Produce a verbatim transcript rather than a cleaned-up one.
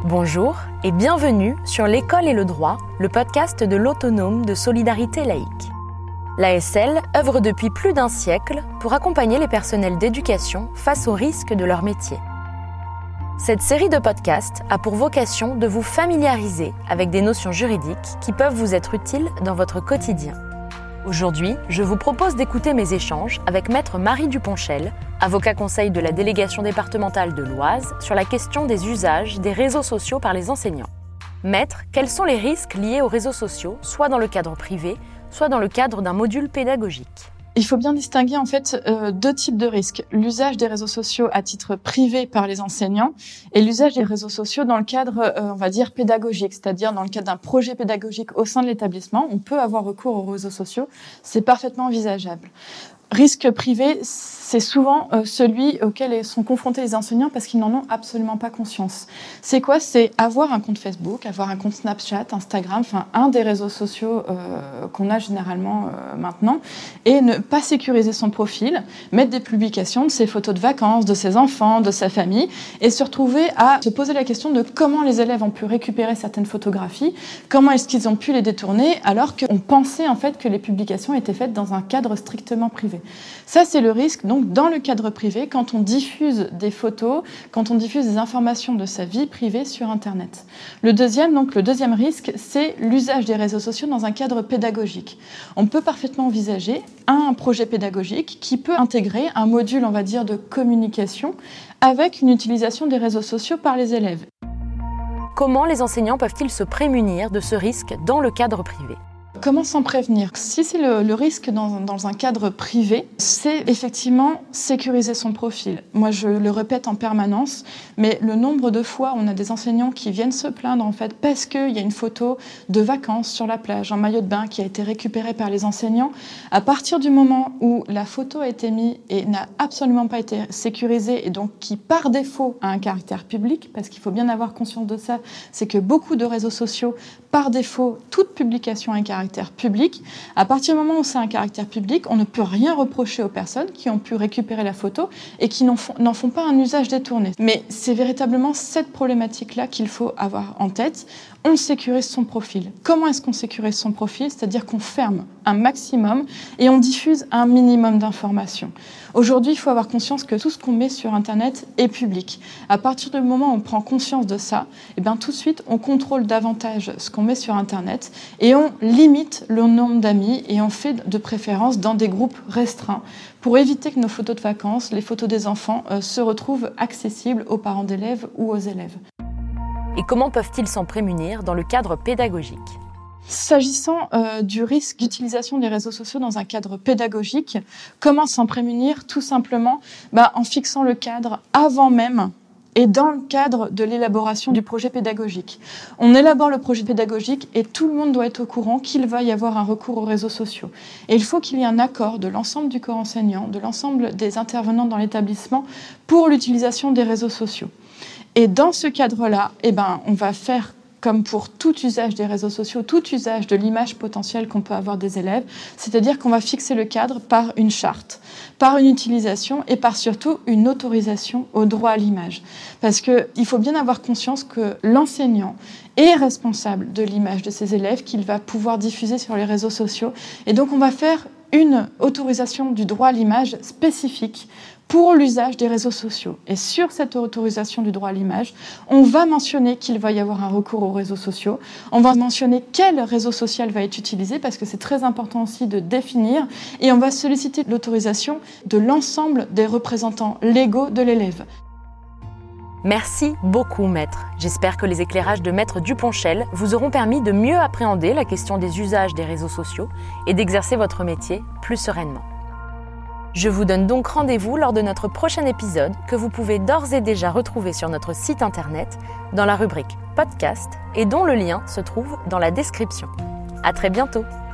Bonjour et bienvenue sur L'école et le droit, le podcast de l'Autonome de solidarité laïque. L'A S L œuvre depuis plus d'un siècle pour accompagner les personnels d'éducation face aux risques de leur métier. Cette série de podcasts a pour vocation de vous familiariser avec des notions juridiques qui peuvent vous être utiles dans votre quotidien. Aujourd'hui, je vous propose d'écouter mes échanges avec Maître Marie Duponchel, avocat conseil de la délégation départementale de l'Oise, sur la question des usages des réseaux sociaux par les enseignants. Maître, quels sont les risques liés aux réseaux sociaux, soit dans le cadre privé, soit dans le cadre d'un module pédagogique ? Il faut bien distinguer en fait euh, deux types de risques. L'usage des réseaux sociaux à titre privé par les enseignants et l'usage des réseaux sociaux dans le cadre, euh, on va dire, pédagogique, c'est-à-dire dans le cadre d'un projet pédagogique au sein de l'établissement. On peut avoir recours aux réseaux sociaux, c'est parfaitement envisageable. Risque privé, c'est souvent euh, celui auquel sont confrontés les enseignants parce qu'ils n'en ont absolument pas conscience. C'est quoi ? C'est avoir un compte Facebook, avoir un compte Snapchat, Instagram, enfin un des réseaux sociaux euh, qu'on a généralement euh, maintenant, et ne pas sécuriser son profil, mettre des publications de ses photos de vacances, de ses enfants, de sa famille, et se retrouver à se poser la question de comment les élèves ont pu récupérer certaines photographies, comment est-ce qu'ils ont pu les détourner, alors qu'on pensait en fait que les publications étaient faites dans un cadre strictement privé. Ça, c'est le risque, donc, dans le cadre privé, quand on diffuse des photos, quand on diffuse des informations de sa vie privée sur Internet. Le deuxième, donc, le deuxième risque, c'est l'usage des réseaux sociaux dans un cadre pédagogique. On peut parfaitement envisager un projet pédagogique qui peut intégrer un module, on va dire, de communication avec une utilisation des réseaux sociaux par les élèves. Comment les enseignants peuvent-ils se prémunir de ce risque dans le cadre privé ? Comment s'en prévenir ? Si c'est le, le risque dans, dans un cadre privé, c'est effectivement sécuriser son profil. Moi, je le répète en permanence, mais le nombre de fois où on a des enseignants qui viennent se plaindre en fait parce qu'il y a une photo de vacances sur la plage en maillot de bain qui a été récupérée par les enseignants, à partir du moment où la photo a été mise et n'a absolument pas été sécurisée et donc qui par défaut a un caractère public, parce qu'il faut bien avoir conscience de ça, c'est que beaucoup de réseaux sociaux, par défaut, toute publication a un caractère public. À partir du moment où c'est un caractère public, on ne peut rien reprocher aux personnes qui ont pu récupérer la photo et qui n'en font, n'en font pas un usage détourné. Mais c'est véritablement cette problématique-là qu'il faut avoir en tête. On sécurise son profil. Comment est-ce qu'on sécurise son profil ? C'est-à-dire qu'on ferme un maximum et on diffuse un minimum d'informations. Aujourd'hui, il faut avoir conscience que tout ce qu'on met sur Internet est public. À partir du moment où on prend conscience de ça, et bien tout de suite, on contrôle davantage ce qu'on met sur Internet et on limite le nombre d'amis et on fait de préférence dans des groupes restreints pour éviter que nos photos de vacances, les photos des enfants, euh, se retrouvent accessibles aux parents d'élèves ou aux élèves. Et comment peuvent-ils s'en prémunir dans le cadre pédagogique ? S'agissant euh, du risque d'utilisation des réseaux sociaux dans un cadre pédagogique, comment s'en prémunir ? Tout simplement bah, en fixant le cadre avant même et dans le cadre de l'élaboration du projet pédagogique. On élabore le projet pédagogique et tout le monde doit être au courant qu'il va y avoir un recours aux réseaux sociaux. Et il faut qu'il y ait un accord de l'ensemble du corps enseignant, de l'ensemble des intervenants dans l'établissement pour l'utilisation des réseaux sociaux. Et dans ce cadre-là, eh ben, on va faire comme pour tout usage des réseaux sociaux, tout usage de l'image potentielle qu'on peut avoir des élèves, c'est-à-dire qu'on va fixer le cadre par une charte, par une utilisation et par surtout une autorisation au droit à l'image. Parce qu'il faut bien avoir conscience que l'enseignant est responsable de l'image de ses élèves qu'il va pouvoir diffuser sur les réseaux sociaux. Et donc on va faire une autorisation du droit à l'image spécifique pour l'usage des réseaux sociaux. Et sur cette autorisation du droit à l'image, on va mentionner qu'il va y avoir un recours aux réseaux sociaux. On va mentionner quel réseau social va être utilisé, parce que c'est très important aussi de définir. Et on va solliciter l'autorisation de l'ensemble des représentants légaux de l'élève. Merci beaucoup, Maître. J'espère que les éclairages de Maître Duponchel vous auront permis de mieux appréhender la question des usages des réseaux sociaux et d'exercer votre métier plus sereinement. Je vous donne donc rendez-vous lors de notre prochain épisode que vous pouvez d'ores et déjà retrouver sur notre site internet dans la rubrique Podcast et dont le lien se trouve dans la description. À très bientôt.